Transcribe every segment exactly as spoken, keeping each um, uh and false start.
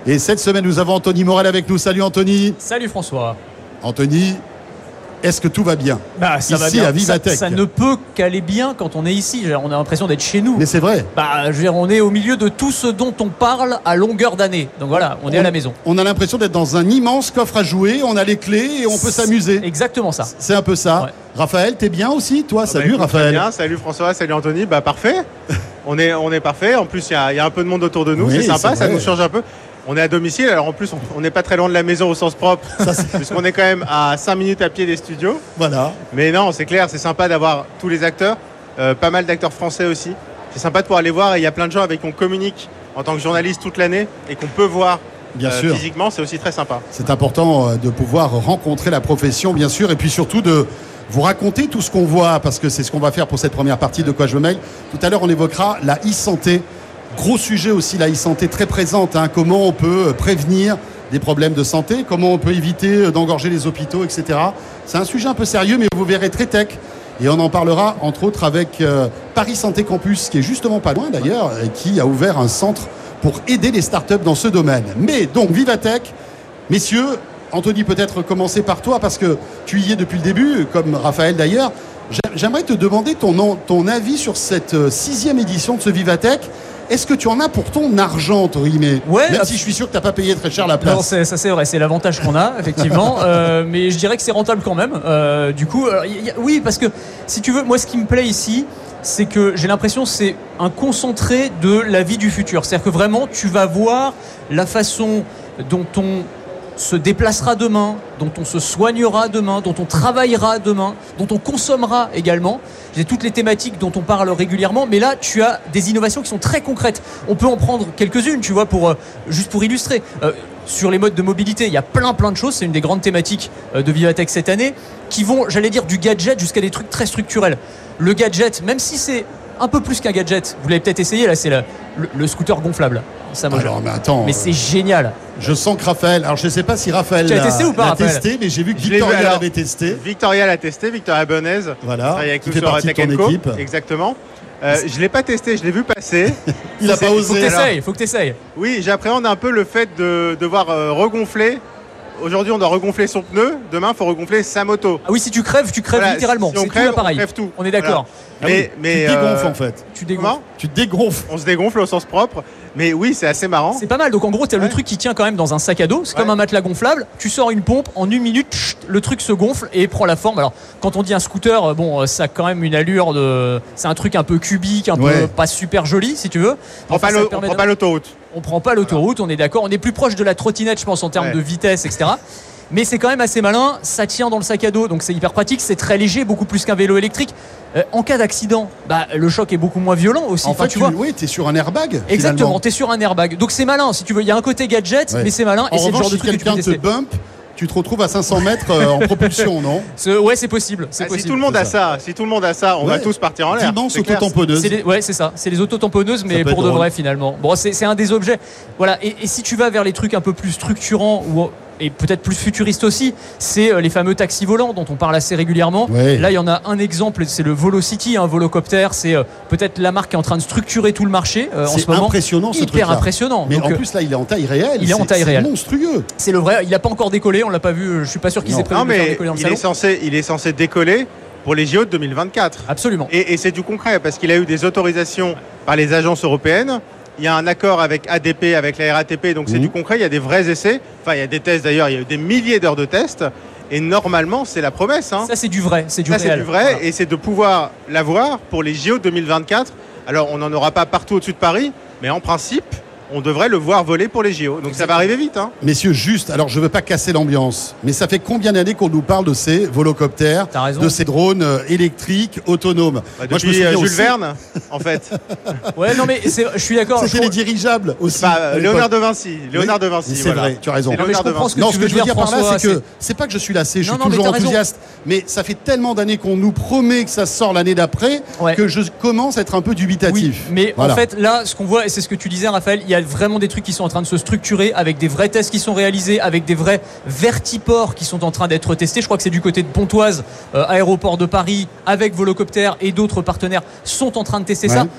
Et cette semaine, nous avons Anthony Morel avec nous. Salut Anthony. Salut François. Anthony, est-ce que tout va bien bah, ça ici va bien. à Vivatech? Ça, ça ne peut qu'aller bien quand on est ici. On a l'impression d'être chez nous. Mais c'est vrai. Bah, je veux dire, on est au milieu de tout ce dont on parle à longueur d'année. Donc voilà, on, on est à la maison. On a l'impression d'être dans un immense coffre à jouer. On a les clés et on peut s'amuser. Exactement ça. C'est un peu ça. Ouais. Raphaël, t'es bien aussi, toi? Ah Salut bah, Raphaël. Bien. Salut François, salut Anthony. Bah parfait. on est on est parfait. En plus, il y, y a un peu de monde autour de nous. Oui, c'est sympa. C'est ça nous change un peu. On est à domicile, alors en plus on n'est pas très loin de la maison au sens propre, puisqu'on est quand même à cinq minutes à pied des studios. Voilà. Mais non, c'est clair, c'est sympa d'avoir tous les acteurs, euh, pas mal d'acteurs français aussi. C'est sympa de pouvoir les voir et il y a plein de gens avec qui on communique en tant que journaliste toute l'année et qu'on peut voir bien euh, sûr. physiquement, c'est aussi très sympa. C'est important de pouvoir rencontrer la profession, bien sûr, et puis surtout de vous raconter tout ce qu'on voit, parce que c'est ce qu'on va faire pour cette première partie de Quoi je me mêle. Tout à l'heure, on évoquera la e-santé. Gros sujet aussi, la e-santé très présente. Hein. Comment on peut prévenir des problèmes de santé, comment on peut éviter d'engorger les hôpitaux, et cetera. C'est un sujet un peu sérieux, mais vous verrez très tech. Et on en parlera entre autres avec euh, Paris Santé Campus, qui est justement pas loin d'ailleurs, et qui a ouvert un centre pour aider les startups dans ce domaine. Mais donc Vivatech, messieurs, Anthony, peut-être commencer par toi, parce que tu y es depuis le début, comme Raphaël d'ailleurs. J'aimerais te demander ton, ton avis sur cette sixième édition de ce Vivatech. Est-ce que tu en as pour ton argent, entre guillemets? Ouais. Même si je suis sûr que tu n'as pas payé très cher la place. Non, ça c'est vrai, c'est l'avantage qu'on a, effectivement. euh, mais je dirais que c'est rentable quand même. Euh, du coup, alors, y a, oui, parce que si tu veux, moi ce qui me plaît ici, c'est que j'ai l'impression que c'est un concentré de la vie du futur. C'est-à-dire que vraiment, tu vas voir la façon dont on se déplacera demain, dont on se soignera demain, dont on travaillera demain, dont on consommera également. J'ai toutes les thématiques dont on parle régulièrement, mais là tu as des innovations qui sont très concrètes. On peut en prendre quelques-unes, tu vois, pour euh, juste pour illustrer. Euh, sur les modes de mobilité, il y a plein plein de choses. C'est une des grandes thématiques euh, de Vivatech cette année, qui vont, j'allais dire, du gadget jusqu'à des trucs très structurels. Le gadget, même si c'est un peu plus qu'un gadget, vous l'avez peut-être essayé là, c'est le, le, le scooter gonflable. Ça, moi, alors, mais attends. Mais c'est génial. Je sens que Raphaël. Alors, je ne sais pas si Raphaël tu as testé ou pas, l'a Raphaël testé, mais j'ai vu que Je Victoria vu, alors, l'avait testé. Victoria l'a testé, Victoria Bonez. Voilà. Avec qui nous fait sur partie de Tech ton and Co. équipe. Exactement. Euh, je ne l'ai pas testé, je l'ai vu passer. Il n'a pas Faut que osé. t'essayes, faut que t'essayes. Oui, j'appréhende un peu le fait de devoir euh, regonfler. Aujourd'hui, on doit regonfler son pneu. Demain, il faut regonfler sa moto. Ah oui, si tu crèves, tu crèves Voilà, littéralement. si on c'est crève, tout l'appareil. on crève tout. On est d'accord. Voilà. Mais, Ah oui, mais, tu te dégonfles euh, en fait. Tu dégonfles. Tu te dégonfles. On se dégonfle au sens propre. Mais oui, c'est assez marrant. C'est pas mal. Donc en gros, tu as Ouais. le truc qui tient quand même dans un sac à dos. C'est Ouais. comme un matelas gonflable. Tu sors une pompe, en une minute, chut, le truc se gonfle et prend la forme. Alors quand on dit un scooter, bon, ça a quand même une allure de. C'est un truc un peu cubique, un Ouais. peu pas super joli, si tu veux. On Enfin, prend ça pas le- permet on prend de- pas l'autoroute. On prend pas l'autoroute, on est d'accord. On est plus proche de la trottinette, je pense, en termes Ouais. de vitesse, et cetera. Mais c'est quand même assez malin, ça tient dans le sac à dos, donc c'est hyper pratique, c'est très léger, beaucoup plus qu'un vélo électrique. Euh, en cas d'accident, bah, le choc est beaucoup moins violent aussi. En Enfin, fait, tu tu vois. oui, es sur un airbag. Exactement, tu es sur un airbag. Donc c'est malin, si tu veux. Il y a un côté gadget, Ouais. mais c'est malin. En et c'est le revanche, genre de si truc que tu peux quelqu'un te tester. bump, tu te retrouves à cinq cents mètres euh, en propulsion, non? C'est- Ouais, c'est possible. C'est Ah, si possible. tout le monde c'est a ça, si tout le monde a ça, on va Ouais. tous partir en l'air. Immense C'est clair. autotamponneuse. C'est les- ouais, c'est ça. C'est les autotamponneuses, mais peut pour être de drôle. vrai finalement. Bon, c'est c'est un des objets. Voilà. Et, et si tu vas vers les trucs un peu plus structurants ou et peut-être plus futuristes aussi, c'est euh, les fameux taxis volants dont on parle assez régulièrement. Ouais. Là, il y en a un exemple, c'est le Volocity, un volocopter. C'est euh, peut-être la marque qui est en train de structurer tout le marché euh, en C'est ce moment. impressionnant ce Hyper truc-là. impressionnant. Mais Donc, en euh, plus, là, il est en taille réelle. il est en C'est- taille c'est réelle. monstrueux. c'est le vrai. Il n'a pas encore décollé. On l'a pas vu. Je suis pas sûr qu'il Non. s'est prévu Non, de le faire mais décoller dans le il salon. est, censé, il est censé décoller pour les J O de deux mille vingt-quatre. Absolument. Et, et c'est du concret parce qu'il a eu des autorisations par les agences européennes. Il y a un accord avec A D P, avec la R A T P, donc c'est Mhm. du concret. Il y a des vrais essais. Enfin, il y a des tests d'ailleurs. Il y a eu des milliers d'heures de tests. Et normalement, c'est la promesse. Hein. Ça, c'est du vrai. C'est du Ça, c'est réel. du vrai. Voilà. Et c'est de pouvoir l'avoir pour les J O deux mille vingt-quatre. Alors, on n'en aura pas partout au-dessus de Paris, mais en principe, on devrait le voir voler pour les J O. Donc, ça va arriver vite. Hein. Messieurs, juste, alors je ne veux pas casser l'ambiance, mais ça fait combien d'années qu'on nous parle de ces volocoptères, T'as raison. de ces drones euh, électriques, autonomes? Bah, Moi, je me depuis souviens euh, Jules aussi, Verne, en fait. Ouais, non, mais c'est- je suis d'accord. c'était Je- les dirigeables aussi. Enfin, à l'époque. Léonard de Vinci. Léonard Oui, de Vinci. mais c'est voilà. vrai, tu as raison. C'est Non, mais je Léonard de comprends Vinci. ce que Non, tu ce veux que je veux dire, dire par là, François, c'est que c'est- c'est pas que je suis lassé, je Non, suis non, mais toujours t'as raison. enthousiaste, mais ça fait tellement d'années qu'on nous promet que ça sort l'année d'après Ouais. que je commence à être un peu Oui, dubitatif. mais Voilà. en fait, là, ce qu'on voit, et c'est ce que tu disais, Raphaël, il y a vraiment des trucs qui sont en train de se structurer avec des vrais tests qui sont réalisés, avec des vrais vertiports qui sont en train d'être testés. Je crois que c'est du côté de Pontoise, euh, aéroport de Paris, avec Volocopter et d'autres partenaires sont en train de tester Ouais. ça.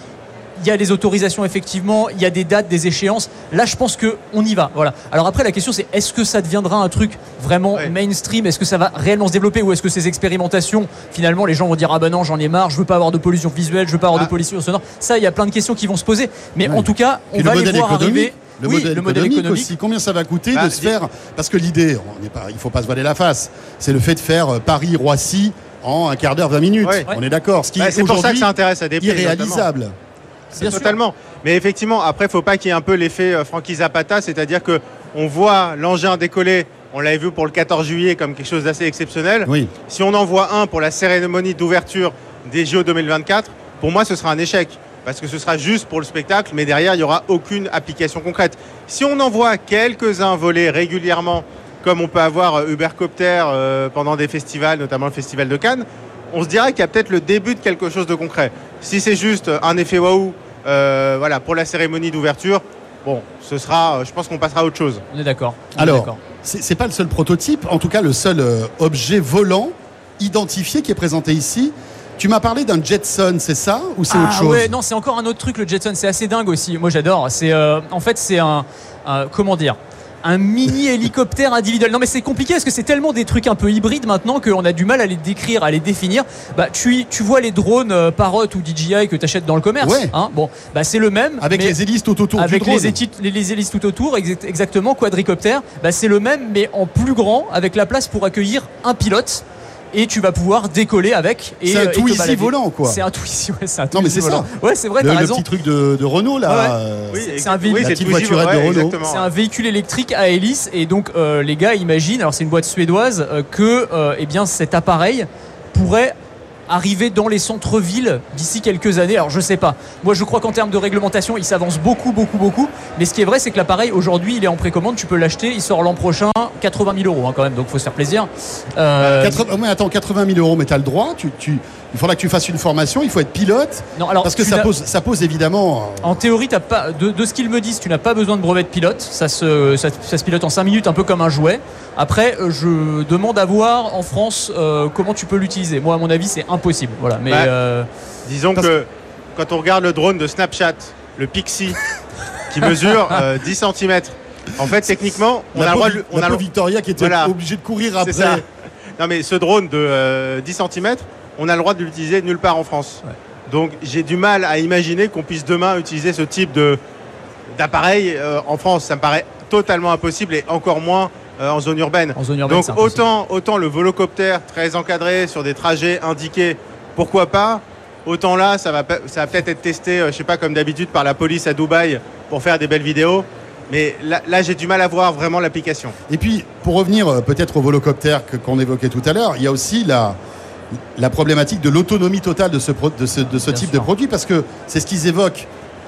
il y a les autorisations effectivement, il y a des dates, des échéances. Là, je pense que on y va. Voilà. Alors après, la question c'est est-ce que ça deviendra un truc vraiment ouais. mainstream? Est-ce que ça va réellement se développer ou est-ce que ces expérimentations, finalement, les gens vont dire ah ben non, j'en ai marre, je veux pas avoir de pollution visuelle, je veux pas avoir ah. de pollution sonore. Ça, il y a plein de questions qui vont se poser. Mais ouais. en tout cas, on Puis va le les voir arriver. Le, oui, modèle, le modèle économique, économique aussi. Combien ça va coûter bah, de se faire? Parce que l'idée, on n'est pas, il ne faut pas se voiler la face. C'est le fait de faire Paris-Roissy en un quart d'heure, vingt minutes. Ouais. On est d'accord. Ce qui bah, est c'est pour ça que ça intéresse à des prix, irréalisable. C'est Bien totalement. Sûr. Mais effectivement, après, il ne faut pas qu'il y ait un peu l'effet euh, Frankie Zapata, c'est-à-dire que on voit l'engin décoller. On l'avait vu pour le quatorze juillet comme quelque chose d'assez exceptionnel. Oui. Si on en voit un pour la cérémonie d'ouverture des J O deux mille vingt-quatre, pour moi, ce sera un échec. Parce que ce sera juste pour le spectacle, mais derrière, il n'y aura aucune application concrète. Si on en voit quelques-uns voler régulièrement, comme on peut avoir Ubercopter euh, pendant des festivals, notamment le Festival de Cannes, on se dirait qu'il y a peut-être le début de quelque chose de concret. Si c'est juste un effet waouh euh, voilà, pour la cérémonie d'ouverture, bon, ce sera, je pense qu'on passera à autre chose. On est d'accord. On Alors, est d'accord. C'est, c'est pas le seul prototype, en tout cas le seul euh, objet volant identifié qui est présenté ici. Tu m'as parlé d'un Jetson, c'est ça ou c'est ah, autre chose? Ouais, non, c'est encore un autre truc, le Jetson. C'est assez dingue aussi. Moi, j'adore. C'est, euh, en fait, c'est un, un comment dire, un mini hélicoptère individuel. Non, mais c'est compliqué parce que c'est tellement des trucs un peu hybrides maintenant qu'on a du mal à les décrire, à les définir. Bah, tu, tu vois les drones euh, Parrot ou D J I que tu achètes dans le commerce. Ouais. Hein, bon, bah c'est le même. Avec mais les hélices tout autour avec du drone. les, éti- les, les hélices tout autour, exact, exactement, quadricoptère. Bah, c'est le même, mais en plus grand, avec la place pour accueillir un pilote. Et tu vas pouvoir décoller avec. Et, c'est un et Twizy volant, quoi. C'est un Twizy, ouais, c'est un Twizy non, mais c'est volant. ça. Ouais, c'est vrai, le, t'as le raison. petit truc de, de Renault, là. Ouais. Euh, oui, c'est, c'est un véhicule. Oui, la petite voiturette ouais, de Renault. Exactement. C'est un véhicule électrique à hélice. Et donc, euh, les gars imaginent, alors c'est une boîte suédoise, euh, que euh, eh bien, cet appareil pourrait arriver dans les centres-villes d'ici quelques années. Alors je sais pas. Moi je crois qu'en termes de réglementation, il s'avance beaucoup, beaucoup, beaucoup. Mais ce qui est vrai, c'est que l'appareil aujourd'hui, il est en précommande. Tu peux l'acheter. Il sort l'an prochain, quatre-vingt mille euros hein, quand même. Donc faut se faire plaisir. Euh... quatre-vingts, mais attends, quatre-vingt mille euros, mais t'as le droit. Tu, tu, il faudra que tu fasses une formation. Il faut être pilote. Non, alors parce que ça pose, ça pose évidemment. En théorie, t'as pas de, de ce qu'ils me disent, tu n'as pas besoin de brevet de pilote. Ça se, ça, ça se pilote en cinq minutes, un peu comme un jouet. Après, je demande à voir en France euh, comment tu peux l'utiliser. Moi, à mon avis, c'est impossible. Voilà. Mais bah, euh, disons parce... que quand on regarde le drone de Snapchat, le Pixie, qui mesure euh, dix centimètres, en fait, techniquement, on la a le droit de. On la a le... Victoria qui était voilà. obligée de courir après. C'est ça. Non, mais ce drone de euh, dix centimètres, on a le droit de l'utiliser nulle part en France. Ouais. Donc, j'ai du mal à imaginer qu'on puisse demain utiliser ce type de d'appareil euh, en France. Ça me paraît totalement impossible et encore moins. Euh, en zone urbaine. En zone urbaine. Donc autant, autant le volocoptère très encadré sur des trajets indiqués, pourquoi pas. Autant là, ça va, ça va peut-être être testé, euh, je sais pas, comme d'habitude par la police à Dubaï pour faire des belles vidéos. Mais là, là j'ai du mal à voir vraiment l'application. Et puis, pour revenir euh, peut-être au volocoptère que, qu'on évoquait tout à l'heure, il y a aussi la, la problématique de l'autonomie totale de ce, pro, de ce, de ce type sûr. de produit, parce que c'est ce qu'ils évoquent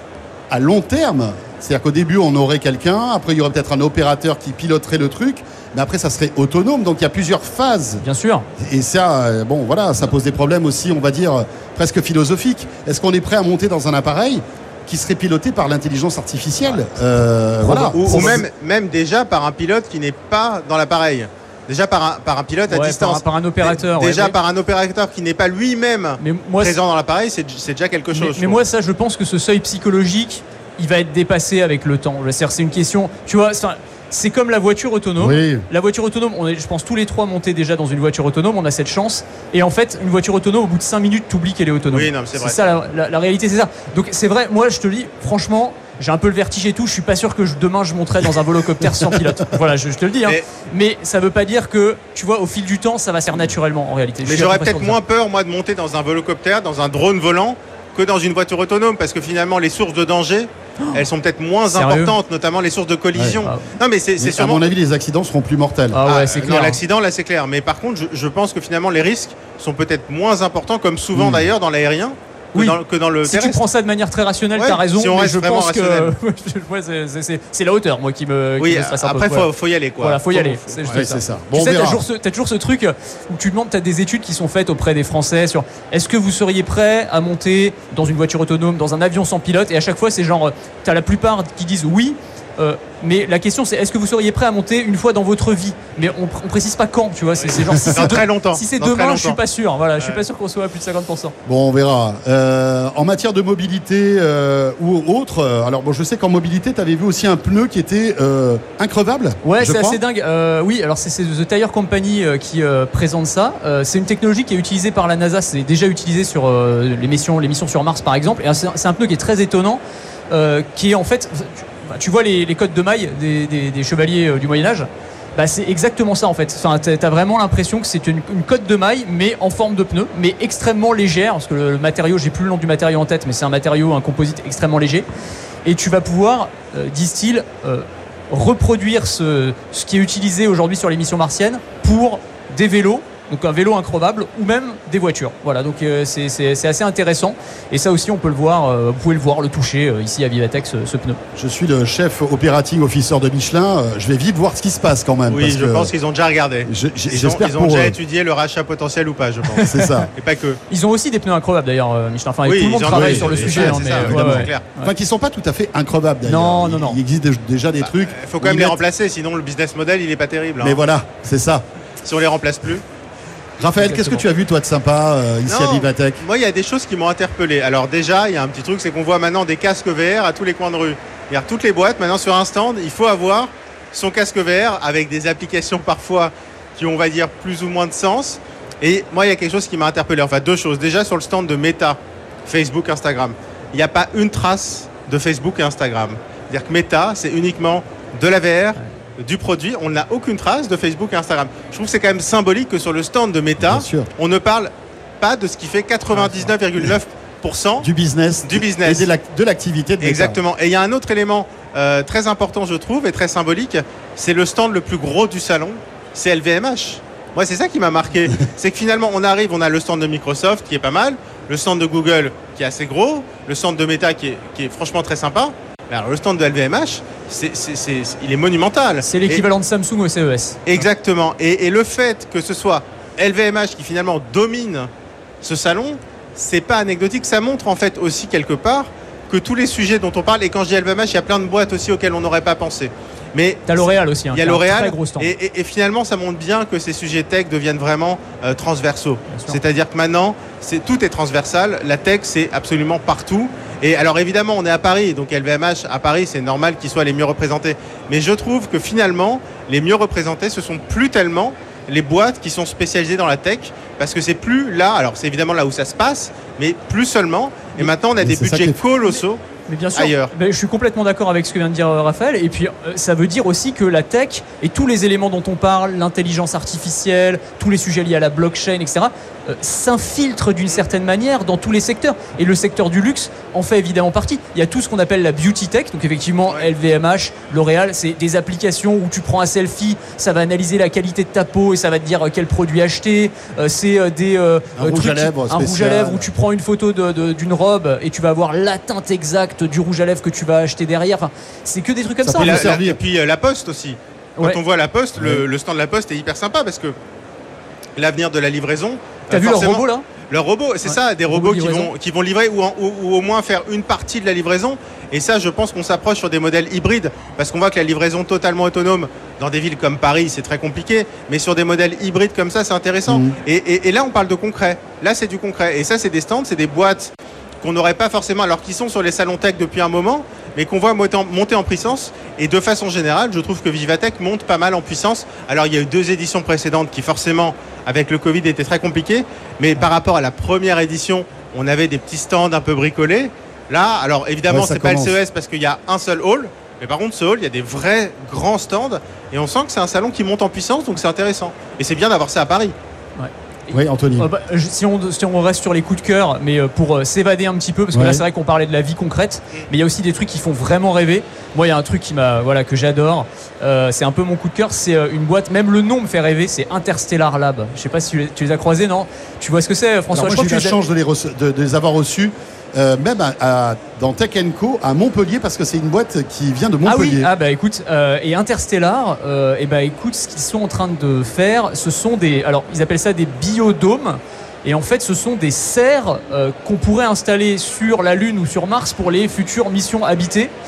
à long terme. C'est-à-dire qu'au début, on aurait quelqu'un, après il y aurait peut-être un opérateur qui piloterait le truc, mais après ça serait autonome, donc il y a plusieurs phases. Bien sûr. Et ça, bon voilà, ça pose des problèmes aussi, on va dire, presque philosophiques. Est-ce qu'on est prêt à monter dans un appareil qui serait piloté par l'intelligence artificielle euh, voilà. Ou, ou même, même déjà par un pilote qui n'est pas dans l'appareil. Déjà par un, par un pilote à ouais, distance. Par, par un opérateur. Déjà ouais, par un opérateur qui n'est pas lui-même moi, présent dans l'appareil, c'est, c'est déjà quelque chose. Mais, mais moi, ça, je pense que ce seuil psychologique, il va être dépassé avec le temps. C'est-à-dire, c'est une question. Tu vois, c'est, c'est comme la voiture autonome. Oui. La voiture autonome, on est, je pense, tous les trois montés déjà dans une voiture autonome. On a cette chance. Et en fait, une voiture autonome, au bout de cinq minutes, t'oublies qu'elle est autonome. Oui, non, c'est, c'est vrai. ça, la, la, la réalité, c'est ça. Donc, c'est vrai. Moi, je te dis, franchement. J'ai un peu le vertige et tout. Je suis pas sûr que je, demain je monterai dans un volocoptère sans pilote. Voilà, je, je te le dis. Hein. Mais, mais ça veut pas dire que, tu vois, au fil du temps, ça va se faire naturellement en réalité. Mais j'aurais peut-être moins peur, moi, de monter dans un volocoptère, dans un drone volant, que dans une voiture autonome, parce que finalement, les sources de danger, oh, elles sont peut-être moins sérieux importantes, notamment les sources de collision. Ouais. Ah. Non, mais c'est, c'est mais sûrement. À mon avis, les accidents seront plus mortels. Ah ouais, c'est ah, clair. Non, l'accident, là, c'est clair. Mais par contre, je, je pense que finalement, les risques sont peut-être moins importants, comme souvent mmh. d'ailleurs dans l'aérien. Que, oui. dans, que dans le si terrestre. tu prends ça de manière très rationnelle, ouais, t'as raison. Si on mais reste je pense que ouais, c'est, c'est, c'est, c'est la hauteur, moi, qui me, oui, qui me stresse un après, peu. Après, faut, faut y aller, quoi. Voilà, faut y faut, aller. Faut, c'est juste ouais, ça. C'est ça. Bon, tu sais, t'as toujours, ce, t'as toujours ce truc où tu demandes, t'as des études qui sont faites auprès des Français sur est-ce que vous seriez prêt à monter dans une voiture autonome, dans un avion sans pilote, et à chaque fois, c'est genre, t'as la plupart qui disent oui. Euh, mais la question c'est est-ce que vous seriez prêt à monter une fois dans votre vie? Mais on, on précise pas quand, tu vois. C'est, c'est genre si c'est très longtemps. Si c'est dans demain, je suis pas sûr. Voilà, ouais. Je suis pas sûr qu'on soit à plus de cinquante pour cent. Bon, on verra. Euh, en matière de mobilité euh, ou autre, euh, alors bon, je sais qu'en mobilité, tu avais vu aussi un pneu qui était euh, increvable. Ouais, c'est crois. assez dingue. Euh, oui, alors c'est, c'est The Tire Company euh, qui euh, présente ça. Euh, c'est une technologie qui est utilisée par la NASA. C'est déjà utilisé sur euh, les missions, les missions sur Mars, par exemple. Et c'est, c'est un pneu qui est très étonnant, euh, qui est en fait. Tu vois les, les cottes de mailles des, des, des chevaliers euh, du Moyen-Âge, bah, c'est exactement ça en fait. Enfin, t'as vraiment l'impression que c'est une, une cotte de maille mais en forme de pneu, mais extrêmement légère, parce que le, le matériau, j'ai plus le nom du matériau en tête, mais c'est un matériau, un composite extrêmement léger. Et tu vas pouvoir, euh, disent-ils, euh, reproduire ce, ce qui est utilisé aujourd'hui sur les missions martiennes pour des vélos. Donc un vélo increvable ou même des voitures. Voilà, donc euh, c'est, c'est, c'est assez intéressant. Et ça aussi, on peut le voir, euh, vous pouvez le voir, le toucher euh, ici à Vivatech, ce, ce pneu. Je suis le chef operating officer de Michelin. Euh, je vais vite voir ce qui se passe quand même. Oui, parce je que pense qu'ils ont déjà regardé. Je, je, ils j'espère ont, ils ont pour déjà eux. étudié le rachat potentiel ou pas, je pense. C'est ça. Et pas que. Ils ont aussi des pneus increvables d'ailleurs, euh, Michelin. Enfin, oui, tout le monde travaille sur le oui, sujet. ça, hein, c'est mais, ça, euh, évidemment, ouais, c'est clair. Enfin, ouais. Qui ne sont pas tout à fait increvables d'ailleurs. Non, non, non. Il, il existe déjà des bah, trucs. Il faut quand même les mettent... remplacer, sinon le business model, il est pas terrible. Hein. Mais voilà, c'est ça. Si on les remplace plus. Raphaël, Exactement. qu'est-ce que tu as vu toi de sympa euh, ici non, à Vivatech? Moi, il y a des choses qui m'ont interpellé. Alors déjà, il y a un petit truc, c'est qu'on voit maintenant des casques V R à tous les coins de rue. Regarde, toutes les boîtes, maintenant sur un stand, il faut avoir son casque V R avec des applications parfois qui ont, on va dire, plus ou moins de sens. Et moi, il y a quelque chose qui m'a interpellé. Enfin, deux choses. Déjà, sur le stand de Meta, Facebook, Instagram, il n'y a pas une trace de Facebook et Instagram. C'est-à-dire que Meta, c'est uniquement de la V R, du produit, on n'a aucune trace de Facebook et Instagram. Je trouve que c'est quand même symbolique que sur le stand de Meta, on ne parle pas de ce qui fait quatre-vingt-dix-neuf virgule neuf pour cent du business, du business. et de, la, de l'activité de Meta. Exactement. Et il y a un autre élément euh, très important, je trouve, et très symbolique, c'est le stand le plus gros du salon, c'est L V M H. Moi, c'est ça qui m'a marqué. C'est que finalement, on arrive, on a le stand de Microsoft qui est pas mal, le stand de Google qui est assez gros, le stand de Meta qui est, qui est franchement très sympa. Alors, le stand de L V M H, c'est, c'est, c'est, il est monumental. C'est l'équivalent et, de Samsung au C E S. Exactement. Et, et le fait que ce soit L V M H qui finalement domine ce salon, c'est pas anecdotique. Ça montre en fait aussi quelque part que tous les sujets dont on parle, et quand je dis L V M H, il y a plein de boîtes aussi auxquelles on n'aurait pas pensé. Mais t'as L'Oréal aussi. Hein, il y a L'Oréal. Et, et, et finalement, ça montre bien que ces sujets tech deviennent vraiment euh, transversaux. C'est-à-dire que maintenant, c'est, tout est transversal. La tech, c'est absolument partout. Et alors évidemment, on est à Paris, donc L V M H à Paris, c'est normal qu'ils soient les mieux représentés. Mais je trouve que finalement, les mieux représentés, ce sont plus tellement les boîtes qui sont spécialisées dans la tech, parce que c'est plus là, alors c'est évidemment là où ça se passe, mais plus seulement. Et maintenant, on a des budgets colossaux. Mais bien sûr, ailleurs. Ben, je suis complètement d'accord avec ce que vient de dire Raphaël. Et puis, euh, ça veut dire aussi que la tech et tous les éléments dont on parle, l'intelligence artificielle, tous les sujets liés à la blockchain, et cetera, euh, s'infiltrent d'une certaine manière dans tous les secteurs. Et le secteur du luxe en fait évidemment partie. Il y a tout ce qu'on appelle la beauty tech. Donc effectivement, ouais. L V M H, L'Oréal, c'est des applications où tu prends un selfie, ça va analyser la qualité de ta peau et ça va te dire quel produit acheter. Euh, c'est euh, des euh, un, rouge, à lèvres un rouge à lèvres où tu prends une photo de, de, d'une robe et tu vas avoir la teinte exacte du rouge à lèvres que tu vas acheter derrière. Enfin, c'est que des trucs comme ça. ça. La, la, et puis euh, la Poste aussi. Quand ouais. on voit la Poste, ouais. le, le stand de la Poste est hyper sympa parce que l'avenir de la livraison. T'as euh, vu leur robot là? Leur robot, c'est ouais. ça, des robots, robots qui vont, qui vont livrer ou, en, ou, ou au moins faire une partie de la livraison. Et ça, je pense qu'on s'approche sur des modèles hybrides parce qu'on voit que la livraison totalement autonome dans des villes comme Paris, c'est très compliqué. Mais sur des modèles hybrides comme ça, c'est intéressant. Mmh. Et, et, et là, on parle de concret. Là, c'est du concret. Et ça, c'est des stands, c'est des boîtes qu'on n'aurait pas forcément, alors qu'ils sont sur les salons tech depuis un moment, mais qu'on voit monter en, monter en puissance. Et de façon générale, je trouve que Vivatech monte pas mal en puissance. Alors, il y a eu deux éditions précédentes qui, forcément, avec le Covid, étaient très compliquées. Mais par rapport à la première édition, on avait des petits stands un peu bricolés. Là, alors évidemment, ouais, c'est commence. Pas le C E S parce qu'il y a un seul hall. Mais par contre, ce hall, il y a des vrais grands stands. Et on sent que c'est un salon qui monte en puissance, donc c'est intéressant. Et c'est bien d'avoir ça à Paris. Ouais. Oui, Anthony. Euh, bah, si, on, si on reste sur les coups de cœur, mais pour euh, s'évader un petit peu, parce que ouais. là c'est vrai qu'on parlait de la vie concrète, mais il y a aussi des trucs qui font vraiment rêver. Moi, il y a un truc qui m'a, voilà, que j'adore. Euh, c'est un peu mon coup de cœur. C'est euh, une boîte. Même le nom me fait rêver. C'est Interstellar Lab. Je sais pas si tu les, tu les as croisés, non? Tu vois ce que c'est, François? Alors moi, j'ai eu la chance de les, reçu- de, de les avoir reçus. Euh, même à, à, dans Tech and Co à Montpellier parce que c'est une boîte qui vient de Montpellier. Ah oui, ah bah écoute, euh, et Interstellar, euh, et bah écoute, ce qu'ils sont en train de faire, ce sont des, alors ils appellent ça des biodômes, et en fait ce sont des serres euh, qu'on pourrait installer sur la Lune ou sur Mars pour les futures missions habitées.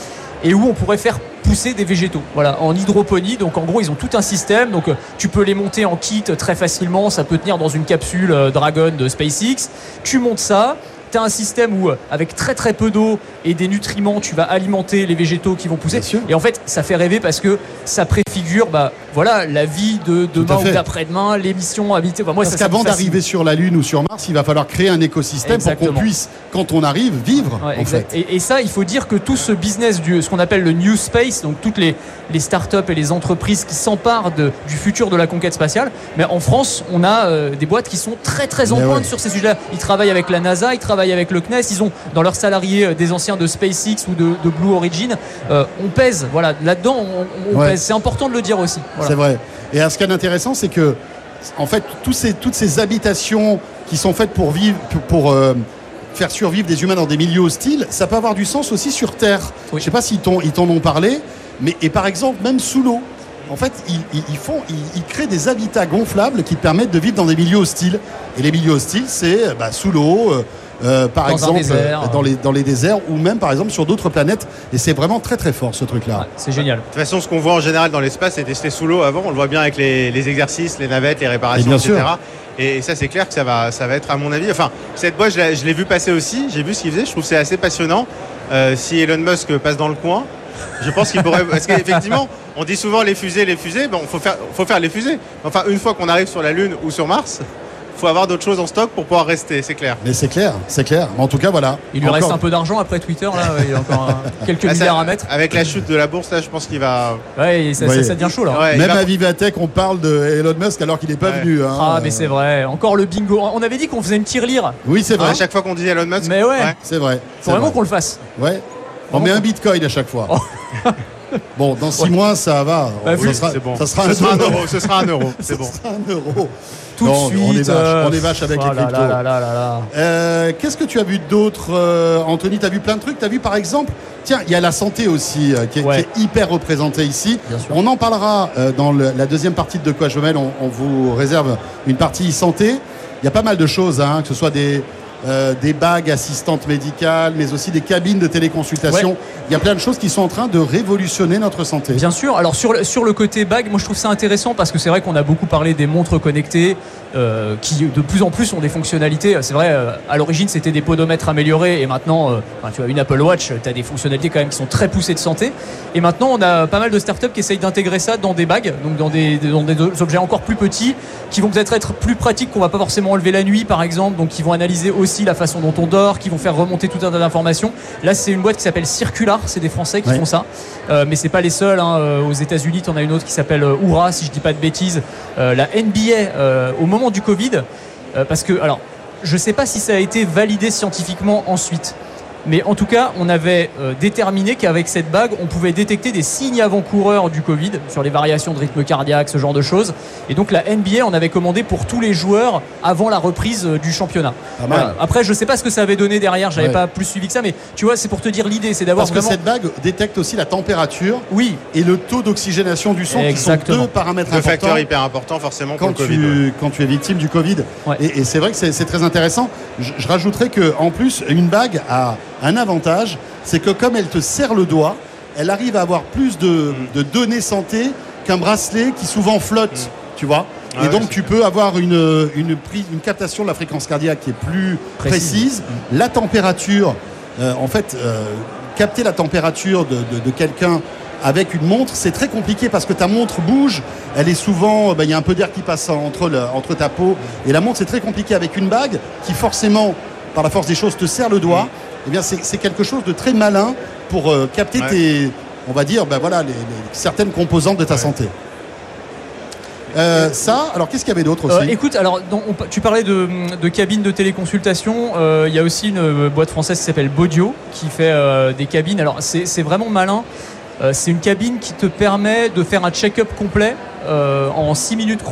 et où on pourrait faire pousser des végétaux, voilà, en hydroponie. Donc en gros ils ont tout un système, donc euh, tu peux les monter en kit très facilement, ça peut tenir dans une capsule euh, Dragon de SpaceX, tu montes ça, tu as un système où avec très très peu d'eau et des nutriments tu vas alimenter les végétaux qui vont pousser, et en fait ça fait rêver parce que ça préfigure bah, voilà, la vie de demain ou d'après-demain, les missions habitées. Enfin, moi, parce qu'avant d'arriver sur la Lune ou sur Mars, il va falloir créer un écosystème Exactement. pour qu'on puisse, quand on arrive, vivre. Ouais, en fait. et, et ça, il faut dire que tout ce business, du, ce qu'on appelle le New Space, donc toutes les, les startups et les entreprises qui s'emparent de, du futur de la conquête spatiale, mais en France, on a euh, des boîtes qui sont très très en pointe ouais. sur ces sujets-là. Ils travaillent avec la NASA, ils travaillent avec le C N E S, ils ont dans leurs salariés euh, des anciens de SpaceX ou de, de Blue Origin. Euh, on pèse, voilà, là-dedans, on, on ouais. pèse. C'est important de le dire aussi. Voilà. C'est vrai. Et ce qui est intéressant, c'est que, en fait, tous ces, toutes ces habitations qui sont faites pour vivre, pour, pour euh, faire survivre des humains dans des milieux hostiles, ça peut avoir du sens aussi sur Terre. Oui. Je ne sais pas s'ils t'en, ils t'en ont parlé, mais et par exemple, même sous l'eau. En fait, ils, ils, ils, font, ils, ils créent des habitats gonflables qui permettent de vivre dans des milieux hostiles. Et les milieux hostiles, c'est bah, sous l'eau. Euh, Euh, par dans exemple désert, dans, les, dans les déserts ou même par exemple sur d'autres planètes, et c'est vraiment très très fort ce truc là ouais, c'est génial. De toute façon ce qu'on voit en général dans l'espace c'est testé sous l'eau avant, on le voit bien avec les, les exercices, les navettes, les réparations, et etc sûr. Et ça c'est clair que ça va, ça va être à mon avis, enfin cette boîte je l'ai, je l'ai vu passer aussi, j'ai vu ce qu'il faisait, je trouve que c'est assez passionnant. euh, si Elon Musk passe dans le coin, je pense qu'il pourrait, parce qu'effectivement on dit souvent les fusées, les fusées, bon faut faire, faut faire les fusées, enfin une fois qu'on arrive sur la Lune ou sur Mars, faut avoir d'autres choses en stock pour pouvoir rester, c'est clair. Mais c'est clair, c'est clair. En tout cas, voilà. Il lui encore... reste un peu d'argent après Twitter, là. Il y a encore un... quelques ah, milliards ça, à mettre. Avec la chute de la bourse, là, je pense qu'il va. Ouais, ça, ça, ça devient chaud, là. Ouais, Même va... à Vivatech, on parle de Elon Musk alors qu'il n'est pas ouais. venu. Hein. Ah, mais c'est vrai. Encore le bingo. On avait dit qu'on faisait une tirelire. Oui, c'est vrai. À chaque fois qu'on dit Elon Musk. Mais ouais. ouais. C'est vrai. Faut vraiment vrai. qu'on le fasse. Ouais. On met un bitcoin à chaque fois. Oh. Bon, dans six ouais. mois, ça va. Bah, ça, sera, c'est bon. ça sera, ce un, sera un euro. Ce sera un euro. C'est bon. Ce sera un euro. Tout non, de suite. On est vache, euh... on est vache avec oh les cryptos. Là, là, là, là, là. Euh, qu'est-ce que tu as vu d'autre, euh, Anthony? Tu as vu plein de trucs. Tu as vu par exemple, tiens, il y a la santé aussi euh, qui, est, ouais. qui est hyper représentée ici. On en parlera euh, dans le, la deuxième partie de De quoi je mêle. On, on vous réserve une partie santé. Il y a pas mal de choses, hein, que ce soit des Euh, des bagues assistantes médicales, mais aussi des cabines de téléconsultation. Ouais. Il y a plein de choses qui sont en train de révolutionner notre santé. Bien sûr. Alors sur le, sur le côté bague, moi je trouve ça intéressant parce que c'est vrai qu'on a beaucoup parlé des montres connectées euh, qui de plus en plus ont des fonctionnalités. C'est vrai, euh, à l'origine c'était des podomètres améliorés et maintenant, euh, enfin, tu vois, une Apple Watch, tu as des fonctionnalités quand même qui sont très poussées de santé. Et maintenant on a pas mal de startups qui essayent d'intégrer ça dans des bagues, donc dans des, dans des objets encore plus petits qui vont peut-être être plus pratiques, qu'on va pas forcément enlever la nuit par exemple, donc qui vont analyser aussi la façon dont on dort, qui vont faire remonter tout un tas d'informations. Là c'est une boîte qui s'appelle Circular, c'est des Français qui ouais. font ça, euh, mais c'est pas les seuls, hein. Aux États-Unis t'en as une autre qui s'appelle Oura, si je dis pas de bêtises. euh, la N B A euh, au moment du Covid, euh, parce que alors je sais pas si ça a été validé scientifiquement ensuite, mais en tout cas on avait euh, déterminé qu'avec cette bague on pouvait détecter des signes avant-coureurs du Covid sur les variations de rythme cardiaque, ce genre de choses, et donc la N B A on avait commandé pour tous les joueurs avant la reprise euh, du championnat. Voilà. Après je sais pas ce que ça avait donné derrière, j'avais ouais. pas plus suivi que ça, mais tu vois c'est pour te dire l'idée, c'est d'avoir parce vraiment... que cette bague détecte aussi la température oui. et le taux d'oxygénation du sang. Exactement. Qui sont deux paramètres deux importants, facteurs hyper importants forcément quand pour le tu, Covid ouais. quand tu es victime du Covid ouais. et, et c'est vrai que c'est, c'est très intéressant. je, je rajouterais qu'en plus une bague a un avantage, c'est que comme elle te serre le doigt, elle arrive à avoir plus de, mmh. de données santé qu'un bracelet qui souvent flotte, mmh. tu vois. Ah et ouais, donc tu peux clair. avoir une, une, prise, une captation de la fréquence cardiaque qui est plus précise. précise. Mmh. La température, euh, en fait, euh, capter la température de, de, de quelqu'un avec une montre, c'est très compliqué parce que ta montre bouge, elle est souvent, il bah, y a un peu d'air qui passe entre, le, entre ta peau et la montre, c'est très compliqué. Avec une bague qui forcément, par la force des choses, te serre le doigt. Mmh. Eh bien, c'est, c'est quelque chose de très malin pour euh, capter ouais. tes, on va dire, ben voilà, les, les, certaines composantes de ta ouais. santé. Euh, ça, alors qu'est-ce qu'il y avait d'autre aussi ? euh, Écoute, alors dans, on, tu parlais de, de cabines de téléconsultation. Il euh, y a aussi une boîte française qui s'appelle Bodio qui fait euh, des cabines. Alors c'est, c'est vraiment malin. Euh, c'est une cabine qui te permet de faire un check-up complet euh, en six minutes chrono.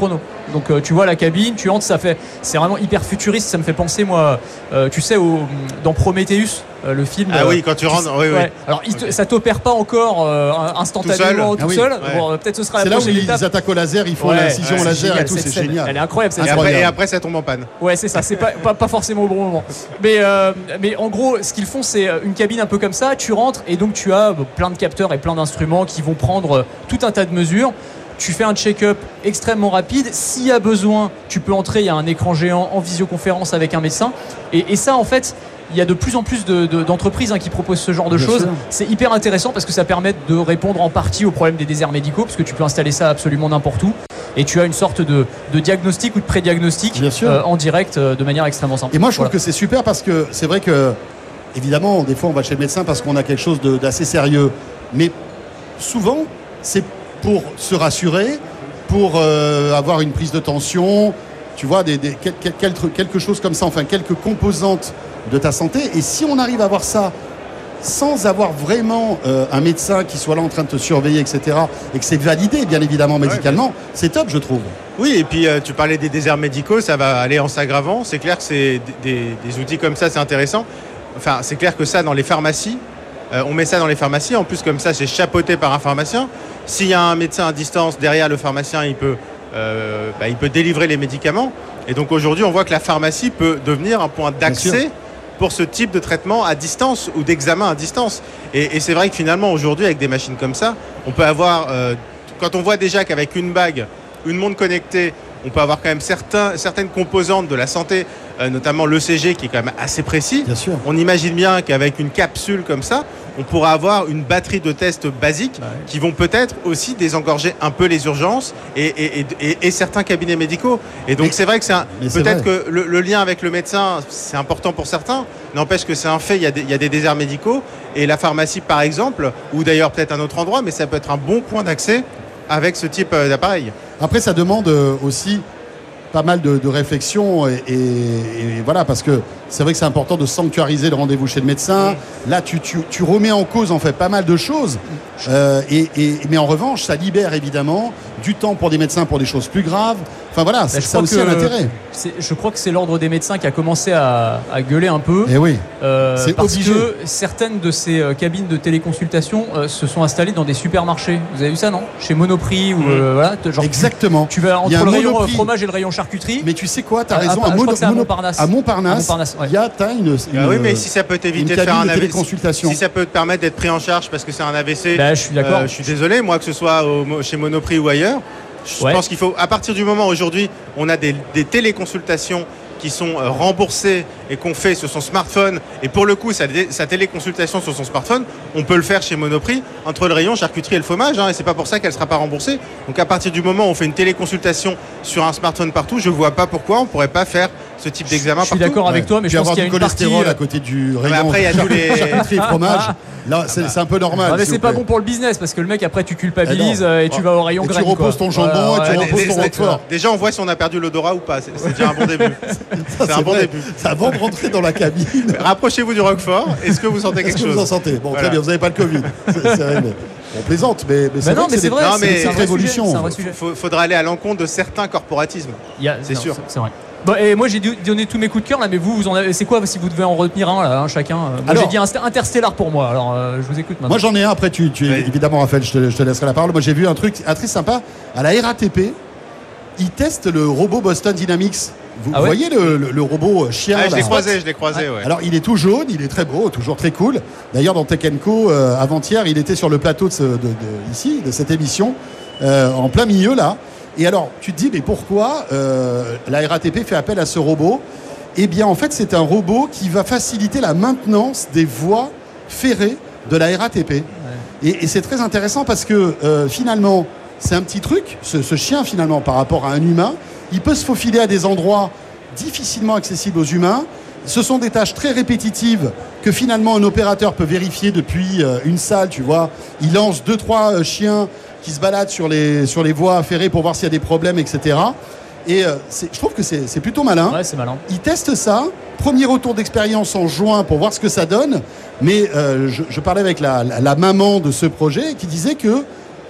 Donc euh, tu vois la cabine, tu entres, ça fait, c'est vraiment hyper futuriste. Ça me fait penser moi, euh, tu sais, au, dans Prometheus, euh, le film. Ah euh, oui, quand tu rentres. Oui, ouais. oui. Alors il te, okay. ça t'opère pas encore euh, instantanément tout seul. Ah oui. Ouais. Bon, peut-être ce sera c'est la là prochaine où étape. Ils attaquent au laser, ils font ouais, l'incision ouais, laser et tout, c'est scène, génial. Elle est incroyable. Cette et, après, et après ça tombe en panne. Ouais, c'est ça. C'est pas, pas, pas forcément au bon moment. Mais, euh, mais en gros, ce qu'ils font, c'est une cabine un peu comme ça. Tu rentres et donc tu as plein de capteurs et plein d'instruments qui vont prendre tout un tas de mesures. Tu fais un check-up extrêmement rapide. S'il y a besoin, tu peux entrer. Il y a un écran géant en visioconférence avec un médecin. Et, et ça, en fait, il y a de plus en plus de, de, d'entreprises hein, qui proposent ce genre de Bien choses. Sûr. C'est hyper intéressant parce que ça permet de répondre en partie aux problèmes des déserts médicaux, parce que tu peux installer ça absolument n'importe où. Et tu as une sorte de, de diagnostic ou de pré-diagnostic euh, en direct euh, de manière extrêmement simple. Et moi, je trouve voilà. que c'est super parce que c'est vrai que, évidemment, des fois, on va chez le médecin parce qu'on a quelque chose de, d'assez sérieux. Mais souvent, c'est pour se rassurer, pour euh, avoir une prise de tension, tu vois, des, des, quel, quel, quelque chose comme ça, enfin, quelques composantes de ta santé. Et si on arrive à avoir ça sans avoir vraiment euh, un médecin qui soit là en train de te surveiller, et cetera, et que c'est validé, bien évidemment, médicalement, ouais, c'est top, je trouve. Oui, et puis euh, tu parlais des déserts médicaux, ça va aller en s'aggravant. C'est clair que c'est des, des, des outils comme ça, c'est intéressant. Enfin, c'est clair que ça, dans les pharmacies, euh, on met ça dans les pharmacies. En plus, comme ça, c'est chapeauté par un pharmacien. S'il y a un médecin à distance, derrière le pharmacien, il peut, euh, bah, il peut délivrer les médicaments. Et donc aujourd'hui, on voit que la pharmacie peut devenir un point d'accès pour ce type de traitement à distance ou d'examen à distance. Et, et c'est vrai que finalement, aujourd'hui, avec des machines comme ça, on peut avoir... Euh, quand on voit déjà qu'avec une bague, une montre connectée, on peut avoir quand même certains, certaines composantes de la santé, euh, notamment l'E C G qui est quand même assez précis. Bien sûr. On imagine bien qu'avec une capsule comme ça, on pourra avoir une batterie de tests basiques ouais. qui vont peut-être aussi désengorger un peu les urgences et, et, et, et, et certains cabinets médicaux. Et donc mais, c'est vrai que c'est un, peut-être que le, le lien avec le médecin, c'est important pour certains. N'empêche que c'est un fait, il y, a des, il y a des déserts médicaux et la pharmacie par exemple, ou d'ailleurs peut-être un autre endroit, mais ça peut être un bon point d'accès avec ce type d'appareil. Après, ça demande aussi pas mal de, de réflexion et, et, et voilà, parce que c'est vrai que c'est important de sanctuariser le rendez-vous chez le médecin. Mmh. Là, tu, tu, tu remets en cause en fait pas mal de choses. Euh, et, et, mais en revanche, ça libère évidemment du temps pour des médecins pour des choses plus graves. Enfin voilà, c'est ça aussi un intérêt. Je crois que c'est l'ordre des médecins qui a commencé à, à gueuler un peu. Et oui, euh, c'est parce obligé. que certaines de ces euh, cabines de téléconsultation euh, se sont installées dans des supermarchés. Vous avez vu ça, non? Chez Monoprix ou mmh. euh, voilà. Genre, exactement. Tu, tu vas entre le rayon Monoprix. Fromage et le rayon charcuterie. Mais tu sais quoi, tu as raison. Ah, à, Mono, Mono, à Montparnasse. À Montparnasse, il ouais. y a t'as une, une. Ah oui, mais si ça peut t'éviter de faire un A V C, si, si ça peut te permettre d'être pris en charge parce que c'est un A V C, bah, je suis d'accord. Euh, je suis désolé, moi que ce soit au, chez Monoprix ou ailleurs. Je ouais. pense qu'il faut, à partir du moment où aujourd'hui, on a des, des téléconsultations qui sont euh, remboursées et qu'on fait sur son smartphone, et pour le coup, sa, sa téléconsultation sur son smartphone, on peut le faire chez Monoprix, entre le rayon charcuterie et le fromage, hein, et c'est pas pour ça qu'elle sera pas remboursée. Donc à partir du moment où on fait une téléconsultation sur un smartphone partout, je vois pas pourquoi on pourrait pas faire ce type d'examen partout. Je suis d'accord avec ouais. toi, mais tu je pense qu'il y a une cholestérol partie à côté du rayon après, il y a tous les charcuterie et fromage. Là, c'est, c'est un peu normal. Ah, mais c'est pas bon pour le business parce que le mec après tu culpabilises et, et tu vas au rayon graines. Tu reposes ton jambon et tu reposes ton roquefort. Déjà, on voit si on a perdu l'odorat ou pas. C'est, c'est déjà un bon début. C'est un bon début. Avant de rentrer dans la cabine. Rapprochez-vous du roquefort. Est-ce que vous sentez quelque chose? Est-ce que vous en sentez? Bon, très bien. Vous n'avez pas le Covid. C'est vrai. On plaisante, mais, mais c'est, non, vrai mais c'est vrai. Non, mais c'est une révolution. Il faudra aller à l'encontre de certains corporatismes. C'est sûr. C'est vrai. Bon, et moi j'ai donné tous mes coups de cœur là, mais vous, vous en avez, c'est quoi si vous devez en retenir un là, hein, chacun? Moi alors, j'ai dit Interstellar pour moi, alors euh, je vous écoute maintenant. Moi j'en ai un, après tu, tu oui. évidemment Raphaël, je te, je te laisserai la parole. Moi j'ai vu un truc un très sympa à la R A T P, ils testent le robot Boston Dynamics. Vous ah ouais voyez le, le, le robot chien ah, là, je l'ai croisé, je l'ai croisé. Ouais. Alors il est tout jaune, il est très beau, toujours très cool. D'ailleurs dans Tech and Co, euh, avant-hier, il était sur le plateau de, ce, de, de ici, de cette émission, euh, en plein milieu là. Et alors, tu te dis, mais pourquoi euh, la R A T P fait appel à ce robot? Eh bien, en fait, c'est un robot qui va faciliter la maintenance des voies ferrées de la R A T P. Ouais. Et, et c'est très intéressant parce que, euh, finalement, c'est un petit truc, ce, ce chien, finalement, par rapport à un humain. Il peut se faufiler à des endroits difficilement accessibles aux humains. Ce sont des tâches très répétitives que, finalement, un opérateur peut vérifier depuis euh, une salle, tu vois. Il lance deux, trois euh, chiens qui se baladent sur les, sur les voies ferrées pour voir s'il y a des problèmes, et cetera. Et euh, c'est, je trouve que c'est, c'est plutôt malin. Ouais, c'est malin. Ils testent ça. Premier retour d'expérience en juin pour voir ce que ça donne. Mais euh, je, je parlais avec la, la, la maman de ce projet qui disait que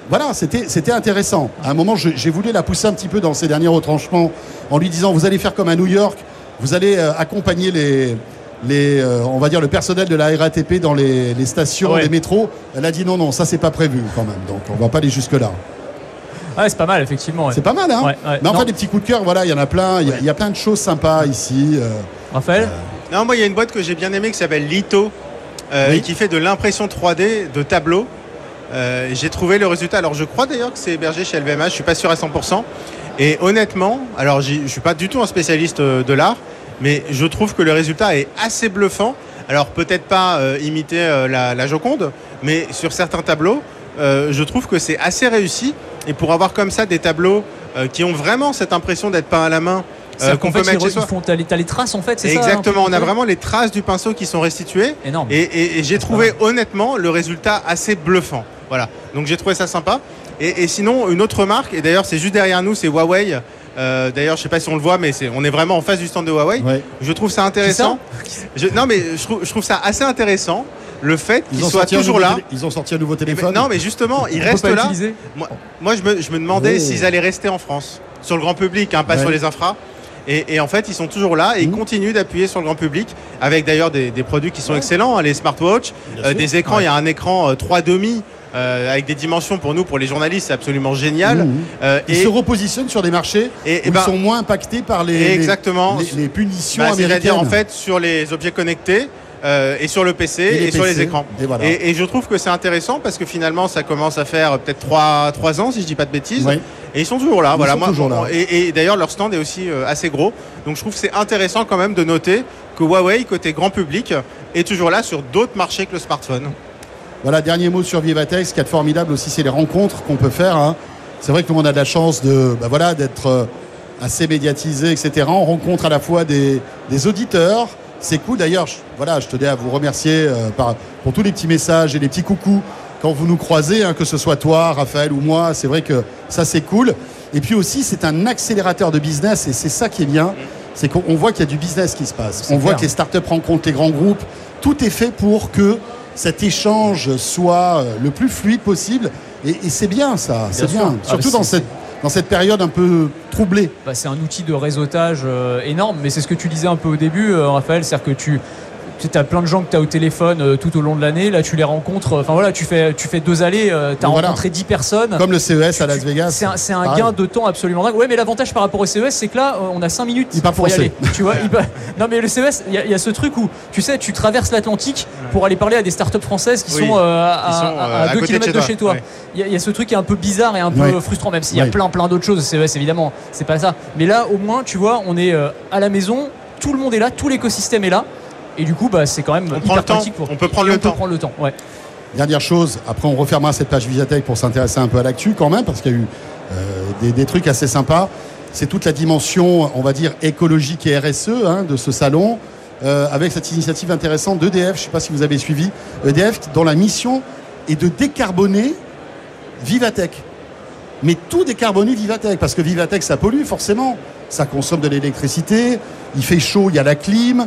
voilà, c'était, c'était intéressant. À un moment, je, j'ai voulu la pousser un petit peu dans ses derniers retranchements en lui disant, vous allez faire comme à New York, vous allez euh, accompagner les, les euh, on va dire le personnel de la R A T P dans les, les stations, ouais. les métros. Elle a dit non, non, ça c'est pas prévu quand même. Donc on va pas aller jusque là. Ouais, c'est pas mal, effectivement. Ouais. C'est pas mal, hein. Ouais, ouais. Mais enfin, des petits coups de cœur, voilà, il y en a plein. Il y, y a plein de choses sympas ici. Euh, Raphaël euh... Non, moi, il y a une boîte que j'ai bien aimée qui s'appelle Lito, euh, oui. et qui fait de l'impression trois D de tableaux. Euh, j'ai trouvé le résultat. Alors, je crois d'ailleurs que c'est hébergé chez L V M H. Je suis pas sûr à cent pour cent. Et honnêtement, alors, je suis pas du tout un spécialiste de l'art, mais je trouve que le résultat est assez bluffant. Alors, peut-être pas euh, imiter euh, la, la Joconde, mais sur certains tableaux, euh, je trouve que c'est assez réussi. Et pour avoir comme ça des tableaux euh, qui ont vraiment cette impression d'être peints à la main, euh, qu'on peut mettre chez soi. T'as les, t'as les traces en fait, c'est Exactement, ça. Exactement, on a peu... vraiment les traces du pinceau qui sont restituées. Énorme. Et, et, et j'ai trouvé vrai. honnêtement le résultat assez bluffant. Voilà, donc j'ai trouvé ça sympa. Et, et sinon, une autre marque, et d'ailleurs c'est juste derrière nous, c'est Huawei. Euh, d'ailleurs, je sais pas si on le voit, mais c'est, on est vraiment en face du stand de Huawei. Ouais. Je trouve ça intéressant. Je, non, mais je trouve, je trouve ça assez intéressant. Le fait qu'ils soient toujours là. Télé... Ils ont sorti un nouveau téléphone. Mais, non, mais justement, ils restent là. Moi, moi, je me, je me demandais oh. s'ils allaient rester en France, sur le grand public, hein, pas ouais. sur les infras. Et, et en fait, ils sont toujours là et mmh. ils continuent d'appuyer sur le grand public, avec d'ailleurs des, des produits qui sont ouais. excellents, hein, les smartwatches, euh, des écrans. Il ouais. y a un écran euh, trois virgule cinq euh, avec des dimensions pour nous, pour les journalistes, c'est absolument génial. Mmh. Euh, ils et, se repositionnent sur des marchés et, et où ben, ils sont moins impactés par les, exactement. les, les punitions bah, américaines. C'est-à-dire en fait sur les objets connectés. Euh, et sur le P C et, et P C, sur les écrans. Et, voilà. et, et je trouve que c'est intéressant parce que finalement ça commence à faire peut-être trois ans si je dis pas de bêtises. Oui. Et ils sont toujours là. Ils voilà, sont moi, toujours là. Et, et d'ailleurs leur stand est aussi euh, assez gros. Donc je trouve que c'est intéressant quand même de noter que Huawei côté grand public est toujours là sur d'autres marchés que le smartphone. Voilà, dernier mot sur Vivatex. Ce qui est formidable aussi, c'est les rencontres qu'on peut faire. Hein. C'est vrai que nous on a de la chance de, bah voilà, d'être euh, assez médiatisé, et cetera. On rencontre à la fois des, des auditeurs. C'est cool d'ailleurs, je, voilà, je tenais à vous remercier euh, par, pour tous les petits messages et les petits coucous quand vous nous croisez, hein, que ce soit toi, Raphaël ou moi, c'est vrai que ça c'est cool. Et puis aussi c'est un accélérateur de business et c'est ça qui est bien, c'est qu'on voit qu'il y a du business qui se passe. C'est on clair. voit que les startups rencontrent les grands groupes, tout est fait pour que cet échange soit le plus fluide possible et, et c'est bien ça, bien c'est sûr. bien, ah, surtout dans cette... dans cette période un peu troublée. Bah, c'est un outil de réseautage euh, énorme, mais c'est ce que tu disais un peu au début, euh, Raphaël, c'est-à-dire que tu as plein de gens que tu as au téléphone euh, tout au long de l'année, là tu les rencontres, enfin voilà, tu fais, tu fais deux allées, euh, tu as voilà. rencontré dix personnes. Comme le C E S à Las Vegas. C'est un, c'est un gain de temps absolument dingue. Ouais, mais l'avantage par rapport au C E S, c'est que là, on a cinq minutes pour y aller. Tu vois, il peut... Non, mais le C E S, il y, y a ce truc où, tu sais, tu traverses l'Atlantique pour aller parler à des startups françaises qui oui. sont, euh, à, sont euh, à deux kilomètres de chez toi. Il ouais. y, y a ce truc qui est un peu bizarre et un peu ouais. frustrant, même s'il y a ouais. plein, plein d'autres choses. C E S, évidemment, c'est pas ça. Mais là, au moins, tu vois, on est euh, à la maison, tout le monde est là, tout l'écosystème est là. Et du coup, bah, c'est quand même on hyper prend le pratique. Pour... On peut prendre le on temps. Peut prendre le temps. Ouais. Dernière chose, après on refermera cette page Vivatech pour s'intéresser un peu à l'actu quand même, parce qu'il y a eu euh, des, des trucs assez sympas. C'est toute la dimension, on va dire, écologique et R S E hein, de ce salon, euh, avec cette initiative intéressante d'E D F. Je ne sais pas si vous avez suivi. E D F, dont la mission est de décarboner Vivatech. Mais tout décarboner Vivatech, parce que Vivatech, ça pollue forcément. Ça consomme de l'électricité, il fait chaud, il y a la clim.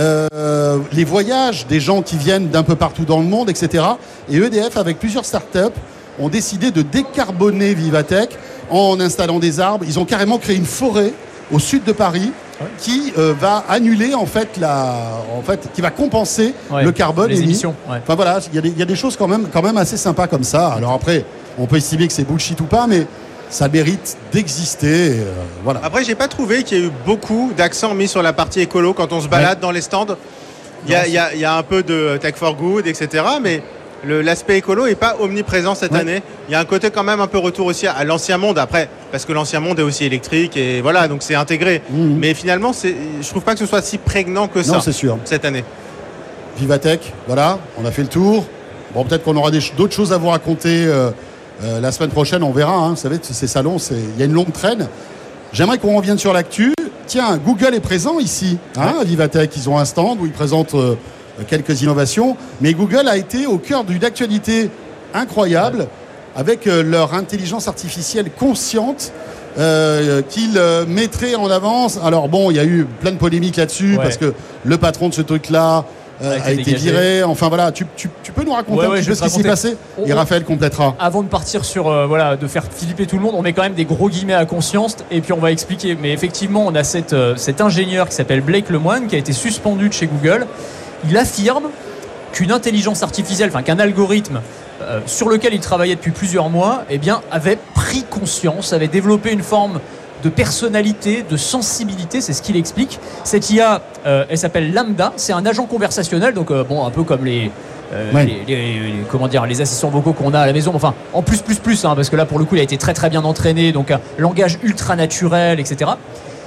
Euh, les voyages des gens qui viennent d'un peu partout dans le monde, et cetera. Et E D F, avec plusieurs startups, ont décidé de décarboner Vivatech en installant des arbres. Ils ont carrément créé une forêt au sud de Paris ouais. qui euh, va annuler en fait la, en fait, qui va compenser ouais, le carbone les émis. émissions. Ouais. Enfin voilà, il y, y a des choses quand même, quand même assez sympas comme ça. Alors après, on peut estimer que c'est bullshit ou pas, mais ça mérite d'exister. Euh, voilà. Après, j'ai pas trouvé qu'il y a eu beaucoup d'accent mis sur la partie écolo quand on se balade ouais. dans les stands. Il y, y, y a un peu de Tech for Good, et cetera. Mais le, l'aspect écolo n'est pas omniprésent cette ouais. année. Il y a un côté quand même un peu retour aussi à l'ancien monde. Après, parce que l'ancien monde est aussi électrique et voilà, donc c'est intégré. Mmh. Mais finalement, c'est, je trouve pas que ce soit si prégnant que ça. Non, c'est sûr. Cette année. Vivatech, voilà, on a fait le tour. Bon, peut-être qu'on aura des, d'autres choses à vous raconter. Euh, Euh, la semaine prochaine, on verra. Hein. Vous savez, ces salons, il y a une longue traîne. J'aimerais qu'on revienne sur l'actu. Tiens, Google est présent ici, hein, à Vivatech. Ils ont un stand où ils présentent euh, quelques innovations. Mais Google a été au cœur d'une actualité incroyable ouais. avec euh, leur intelligence artificielle consciente euh, qu'ils euh, mettraient en avance. Alors bon, il y a eu plein de polémiques là-dessus ouais. parce que le patron de ce truc-là euh, a, a été viré. Enfin voilà, tu, tu, tu peux nous raconter ouais, un ouais, petit peu ce qui s'est passé on, Et Raphaël complétera. Avant de partir sur euh, voilà, de faire flipper tout le monde, on met quand même des gros guillemets à conscience et puis on va expliquer. Mais effectivement, on a cette, euh, cet ingénieur qui s'appelle Blake Lemoine qui a été suspendu de chez Google. Il affirme qu'une intelligence artificielle, enfin qu'un algorithme euh, sur lequel il travaillait depuis plusieurs mois, eh bien, avait pris conscience, avait développé une forme de personnalité, de sensibilité, c'est ce qu'il explique. Cette I A, euh, elle s'appelle Lambda, c'est un agent conversationnel, donc euh, bon, un peu comme les, euh, ouais. les, les, les, comment dire, les assistants vocaux qu'on a à la maison, enfin, en plus, plus, plus, hein, parce que là, pour le coup, il a été très, très bien entraîné, donc un langage ultra naturel, et cetera.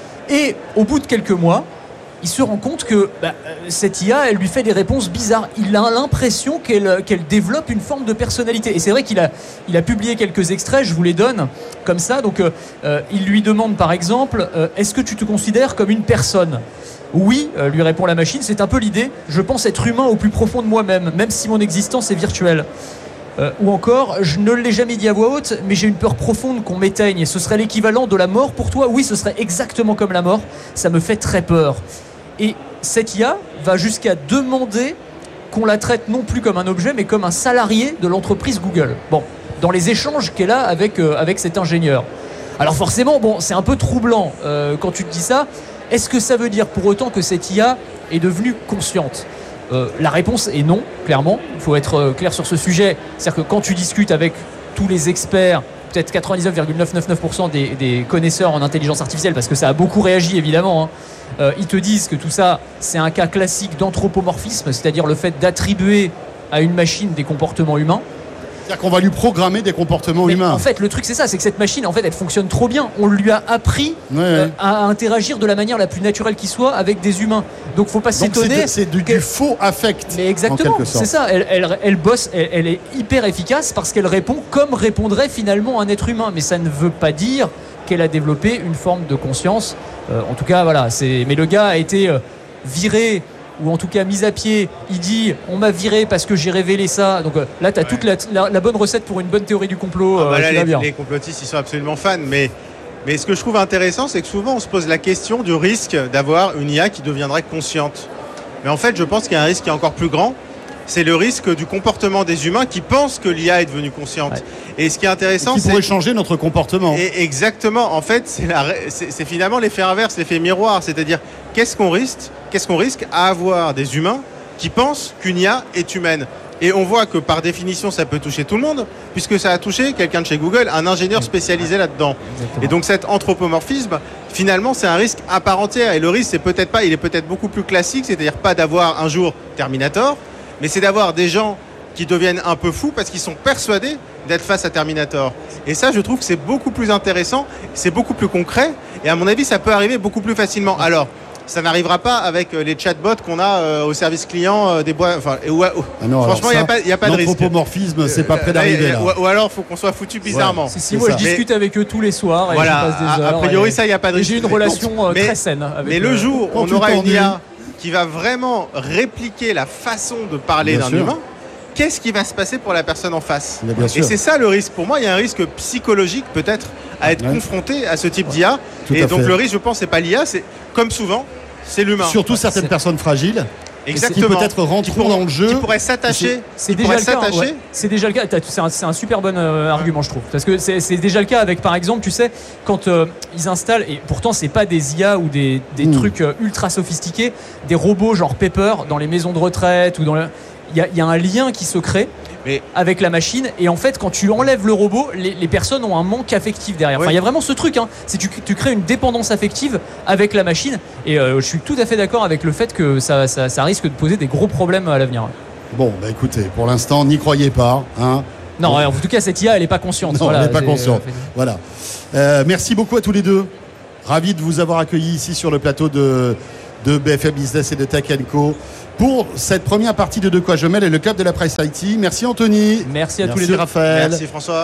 Et au bout de quelques mois, il se rend compte que bah, cette I A, elle lui fait des réponses bizarres. Il a l'impression qu'elle, qu'elle développe une forme de personnalité. Et c'est vrai qu'il a, il a publié quelques extraits, je vous les donne comme ça. Donc, euh, il lui demande par exemple, euh, est-ce que tu te considères comme une personne ? Oui, euh, lui répond la machine, c'est un peu l'idée. Je pense être humain au plus profond de moi-même, même si mon existence est virtuelle. Euh, ou encore, je ne l'ai jamais dit à voix haute, mais j'ai une peur profonde qu'on m'éteigne. Ce serait l'équivalent de la mort pour toi ? Oui, ce serait exactement comme la mort. Ça me fait très peur. Et cette I A va jusqu'à demander qu'on la traite non plus comme un objet, mais comme un salarié de l'entreprise Google. Bon, dans les échanges qu'elle a avec, euh, avec cet ingénieur. Alors forcément, bon, c'est un peu troublant euh, quand tu te dis ça. Est-ce que ça veut dire pour autant que cette I A est devenue consciente ? euh, La réponse est non, clairement. Il faut être euh, clair sur ce sujet. C'est-à-dire que quand tu discutes avec tous les experts, peut-être quatre-vingt-dix-neuf virgule neuf neuf neuf pour cent des, des connaisseurs en intelligence artificielle, parce que ça a beaucoup réagi évidemment, hein. euh, ils te disent que tout ça c'est un cas classique d'anthropomorphisme, c'est-à-dire le fait d'attribuer à une machine des comportements humains. C'est-à-dire qu'on va lui programmer des comportements Mais humains. En fait, le truc c'est ça, c'est que cette machine, en fait, elle fonctionne trop bien. On lui a appris ouais, euh, ouais. à interagir de la manière la plus naturelle qui soit avec des humains. Donc, faut pas Donc s'étonner. C'est, de, c'est du, du faux affect. Mais exactement, c'est ça. Elle, elle, elle bosse, elle, elle est hyper efficace parce qu'elle répond comme répondrait finalement un être humain. Mais ça ne veut pas dire qu'elle a développé une forme de conscience. Euh, en tout cas, voilà. C'est... Mais le gars a été euh, viré, ou en tout cas mis à pied. Il dit on m'a viré parce que j'ai révélé ça. Donc euh, là tu as ouais. toute la, la, la bonne recette pour une bonne théorie du complot. Ah bah là, euh, les, les complotistes ils sont absolument fans, mais, mais ce que je trouve intéressant c'est que souvent on se pose la question du risque d'avoir une I A qui deviendrait consciente. Mais en fait je pense qu'il y a un risque qui est encore plus grand, c'est le risque du comportement des humains qui pensent que l'I A est devenue consciente. Ouais. Et ce qui est intéressant, qui c'est... qui pourrait changer notre comportement. Et exactement, en fait c'est, la... c'est, c'est finalement l'effet inverse, l'effet miroir, c'est-à-dire qu'est-ce qu'on risque Qu'est-ce qu'on risque à avoir des humains qui pensent qu'une I A est humaine. Et on voit que par définition, ça peut toucher tout le monde, puisque ça a touché quelqu'un de chez Google, un ingénieur spécialisé là-dedans. Exactement. Et donc cet anthropomorphisme, finalement, c'est un risque à part entière. Et le risque, c'est peut-être pas, il est peut-être beaucoup plus classique, c'est-à-dire pas d'avoir un jour Terminator, mais c'est d'avoir des gens qui deviennent un peu fous parce qu'ils sont persuadés d'être face à Terminator. Et ça, je trouve que c'est beaucoup plus intéressant, c'est beaucoup plus concret, et à mon avis, ça peut arriver beaucoup plus facilement. Alors, ça n'arrivera pas avec les chatbots qu'on a euh, au service client euh, des bois. Enfin, ou, ou, ah non, franchement, il n'y a pas, y a pas de risque. L'anthropomorphisme, c'est pas près d'arriver. Là. Ou, ou alors, il faut qu'on soit foutu bizarrement. Ouais. Si, si, moi, ça. je discute mais, avec eux tous les soirs. Et voilà, je passe des heures a, a priori, et, ça, il n'y a pas de risque. J'ai une relation euh, mais, très saine avec Mais le euh, jour où on aura une I A qui va vraiment répliquer la façon de parler bien d'un sûr. humain, qu'est-ce qui va se passer pour la personne en face ? Et c'est ça le risque. Pour moi, il y a un risque psychologique peut-être à être ouais. confronté à ce type ouais. d'I A. Tout et donc fait. le risque, je pense, c'est pas l'I A, c'est comme souvent, c'est l'humain. Surtout certaines c'est... personnes fragiles. Exactement. Qui peut-être rentreront dans le jeu. Qui pourraient s'attacher. C'est, c'est déjà le cas. Ouais. C'est déjà le cas. C'est un, c'est un super bon euh, argument, je trouve. Parce que c'est, c'est déjà le cas avec, par exemple, tu sais, quand euh, ils installent, et pourtant c'est pas des I A ou des, des mmh. trucs euh, ultra sophistiqués, des robots genre Pepper dans les maisons de retraite ou dans le... Il y, y a un lien qui se crée mais... avec la machine, et en fait quand tu enlèves le robot, les, les personnes ont un manque affectif derrière. Enfin, il y a vraiment ce truc, hein. C'est tu, tu crées une dépendance affective avec la machine, et euh, je suis tout à fait d'accord avec le fait que ça, ça, ça risque de poser des gros problèmes à l'avenir. Bon, bah écoutez, pour l'instant, n'y croyez pas, hein. Non, bon. En tout cas, cette I A, elle n'est pas consciente. Non, voilà, elle n'est pas consciente. Euh, voilà. Euh, merci beaucoup à tous les deux. Ravi de vous avoir accueillis ici sur le plateau de, de B F M Business et de Tech and Co pour cette première partie de De quoi je mêle et le club de la presse I T. Merci Anthony. Merci à Merci tous les deux. Raphaël. Merci François.